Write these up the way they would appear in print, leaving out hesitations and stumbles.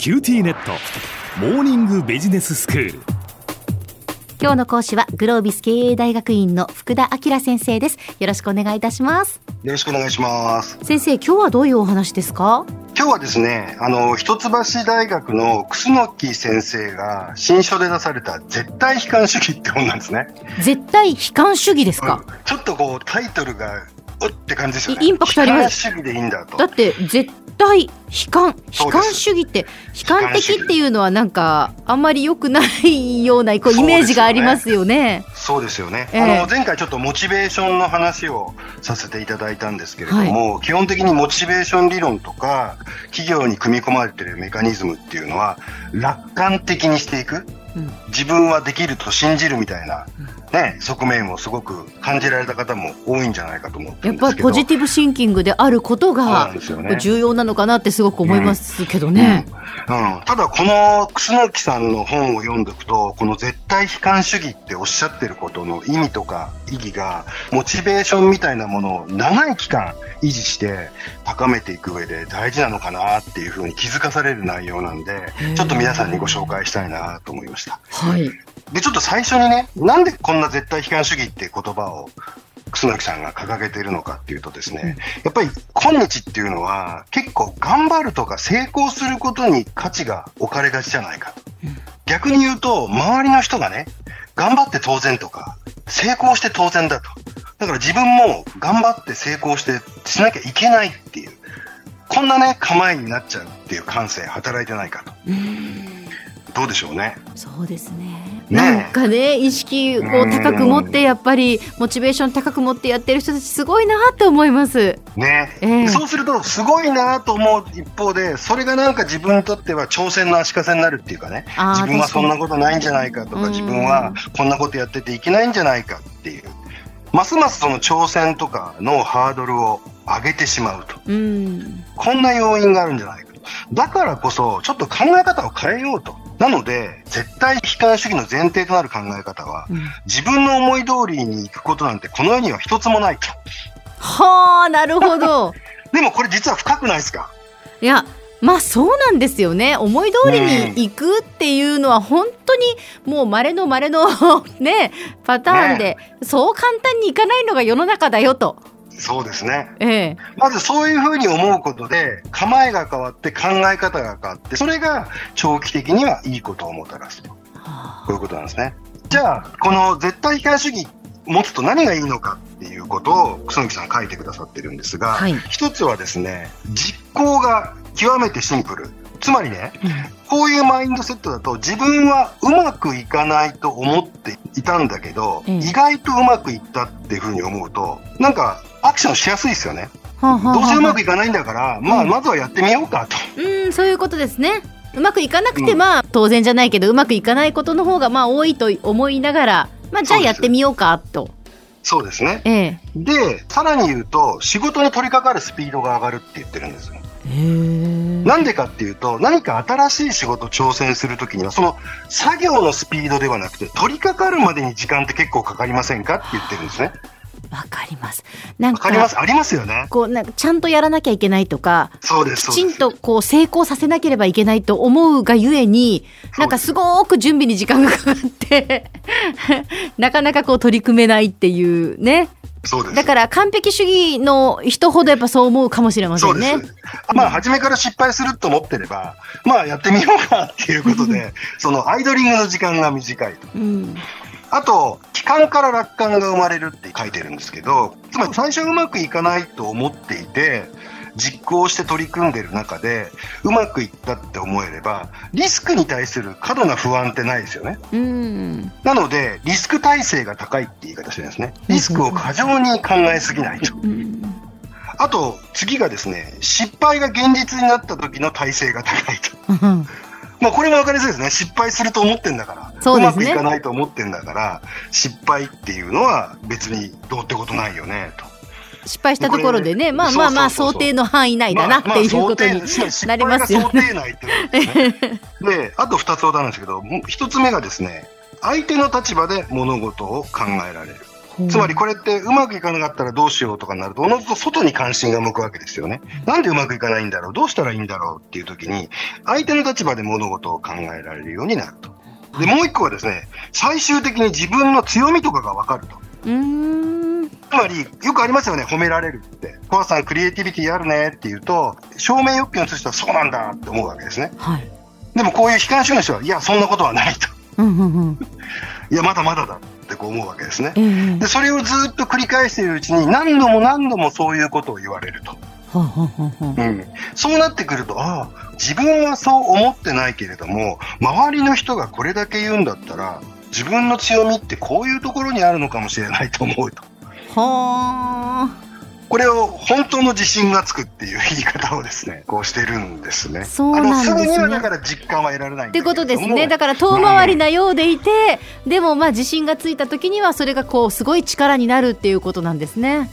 キューティーネットモーニングビジネススクール。 今日の講師はグロービス経営大学院の福田明先生です。よろしくお願いいたします。 よろしくお願いします。 先生、今日はどういうお話ですか？ 今日はですね、一橋大学の楠木先生が新書で出された絶対悲観主義って本なんですね。絶対悲観主義ですか？ちょっとこうタイトルがって感じですよね。 インパクトあります。 悲観主義でいいんだと。 だって絶対悲観主義って悲観的っていうのはなんかあんまり良くないようなイメージがありますよね。 そうですよね。前回ちょっとモチベーションの話をさせていただいたんですけれども、基本的にモチベーション理論とか企業に組み込まれているメカニズムっていうのは楽観的にしていく、自分はできると信じるみたいな、側面をすごく感じられた方も多いんじゃないかと思ってるんですけど、 やっぱりポジティブシンキングであることが重要なのかなってすごく思いますけどね。 ただこの楠木さんの本を読んでおくと、この絶対悲観主義っておっしゃってることの意味とか意義がモチベーションみたいなものを長い期間維持して高めていく上で大事なのかなっていうふうに気づかされる内容なんで、ちょっと皆さんにご紹介したいなと思いました。でちょっと最初にね、なんでこんな絶対悲観主義って言葉を楠木さんが掲げているのかっていうとですね、やっぱり今日っていうのは結構頑張るとか成功することに価値が置かれがちじゃないかと。逆に言うと周りの人がね、頑張って当然とか成功して当然だと。だから自分も頑張って成功してしなきゃいけないっていう、こんなね構えになっちゃうっていう感性働いてないかと。どうでしょうね。 そうですね。なんかね、意識を高く持ってやっぱりモチベーション高く持ってやってる人たちすごいなって思いますね。 そうするとすごいなと思う一方で、それがなんか自分にとっては挑戦の足かせになるっていうかね、自分はそんなことないんじゃないかとか、自分はこんなことやってていけないんじゃないかっていう、ますますその挑戦とかのハードルを上げてしまうと、こんな要因があるんじゃないか。だからこそちょっと考え方を変えようと。なので絶対悲観主義の前提となる考え方は、自分の思い通りに行くことなんてこの世には一つもないと。 はあ、なるほど。 でもこれ実は深くないですか？ いや、まあそうなんですよね。思い通りに行くっていうのは本当にもう稀のねパターンで、そう簡単にいかないのが世の中だよと。 そうですね。まずそういうふうに思うことで構えが変わって考え方が変わって、それが長期的にはいいことをもたらすと、こういうことなんですね。じゃあこの絶対悲観主義持つと何がいいのかっていうことを楠木さん書いてくださってるんですが、一つはですね、実行が極めてシンプル。つまりね、こういうマインドセットだと自分はうまくいかないと思っていたんだけど、意外とうまくいったっていうふうに思うと、なんかアクションしやすいですよね。どうせうまくいかないんだから、まずはやってみようかと。 そういうことですね。うまくいかなくて、当然じゃないけどうまくいかないことの方が多いと思いながら、じゃあやってみようかと。 そうですね。でさらに言うと、仕事に取り掛かるスピードが上がるって言ってるんですよ。なんでかっていうと、何か新しい仕事を挑戦するときにはその作業のスピードではなくて、取り掛かるまでに時間って結構かかりませんかって言ってるんですね。 わかります。なんかありますよね。 なんかちゃんとやらなきゃいけないとか、 きちんと成功させなければいけないと思うがゆえに、なんかすごく準備に時間がかかってなかなか取り組めないっていうね。 そうです。 だから完璧主義の人ほどやっぱそう思うかもしれませんね。 そうです。初めから失敗すると思ってれば、やってみようかっていうことでそのアイドリングの時間が短いと。あと期間から楽観が生まれるって書いてるんですけど、つまり最初うまくいかないと思っていて実行して取り組んでる中でうまくいったって思えれば、リスクに対する過度な不安ってないですよね。なのでリスク耐性が高いって言い方してるんですね。リスクを過剰に考えすぎないと。あと次がですね、失敗が現実になった時の耐性が高いと。これも分かりやすいですね。失敗すると思ってんだから、うまくいかないと思ってんだから、失敗っていうのは別にどうってことないよねと。 失敗したところでね、想定の範囲内だなっていうことになりますよね。 想定内ってことですね。で、あと2つほどあるんですけど、1つ目がですね、相手の立場で物事を考えられる。 つまりこれってうまくいかなかったらどうしようとかになると、おのずと外に関心が向くわけですよね。なんでうまくいかないんだろう、どうしたらいいんだろうっていう時に、相手の立場で物事を考えられるようになると。で、もう一個はですね、最終的に自分の強みとかが分かると。つまり、よくありますよね、褒められるって。コアさんクリエイティビティあるねって言うと、証明欲求の人はそうなんだって思うわけですね。はい、でもこういう悲観主義の人は、いや、そんなことはないと。いや、まだまだだってこう思うわけですね。で、それをずっと繰り返しているうちに、何度も何度もそういうことを言われると。そうなってくると、自分はそう思ってないけれども、周りの人がこれだけ言うんだったら、自分の強みってこういうところにあるのかもしれないと思うと。これを本当の自信がつくっていう言い方をですね、こうしてるんですね。 そうなんですね。 すぐにはだから実感は得られないんだけれどもってことですね。だから遠回りなようでいて、でもまあ自信がついた時にはそれがこうすごい力になるっていうことなんですね。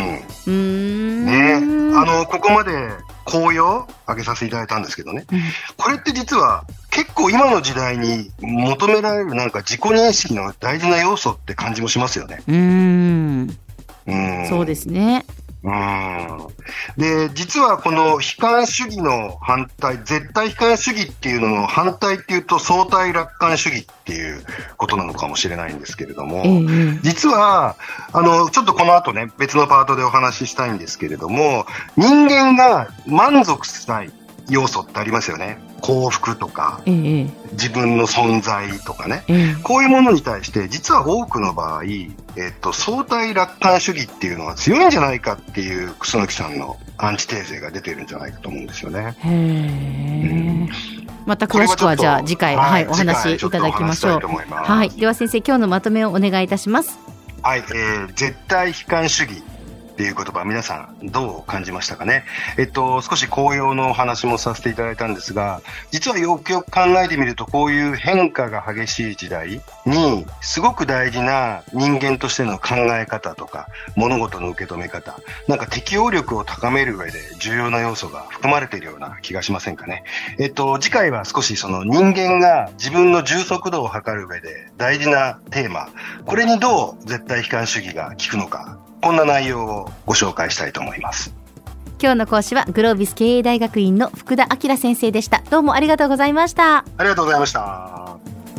ここまで紅葉挙げさせていただいたんですけどね、これって実は結構今の時代に求められるなんか自己認識の大事な要素って感じもしますよね。 そうですね。 で、実はこの悲観主義の反対、絶対悲観主義っていうのの反対っていうと相対楽観主義っていうことなのかもしれないんですけれども、実はちょっとこの後ね、別のパートでお話ししたいんですけれども、人間が満足しない要素ってありますよね。幸福とか、自分の存在とかね、こういうものに対して実は多くの場合、相対楽観主義っていうのが強いんじゃないかっていう楠木さんのアンチテーゼが出てるんじゃないかと思うんですよね。 また詳しくはじゃあ次回、お話しいただきましょう。では先生、今日のまとめをお願いいたします。 絶対悲観主義っていう言葉、皆さんどう感じましたかね。少し紅葉のお話もさせていただいたんですが、実はよくよく考えてみると、こういう変化が激しい時代にすごく大事な人間としての考え方とか物事の受け止め方、なんか適応力を高める上で重要な要素が含まれているような気がしませんかね。次回は少しその人間が自分の充足度を測る上で大事なテーマ、これにどう絶対悲観主義が効くのか、こんな内容をご紹介したいと思います。 今日の講師はグロービス経営大学院の福田明先生でした。どうもありがとうございました。 ありがとうございました。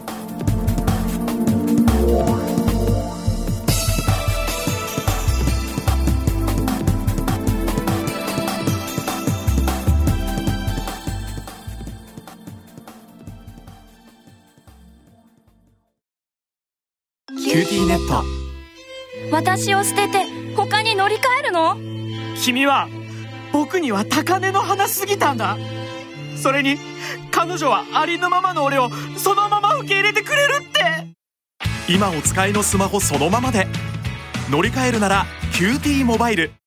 キューティーネット。 私を捨てて他に乗り換えるの？ 君は僕には高嶺の花すぎたんだ。それに彼女はありのままの俺をそのまま受け入れてくれるって。 今お使いのスマホそのままで乗り換えるならキューティーモバイル。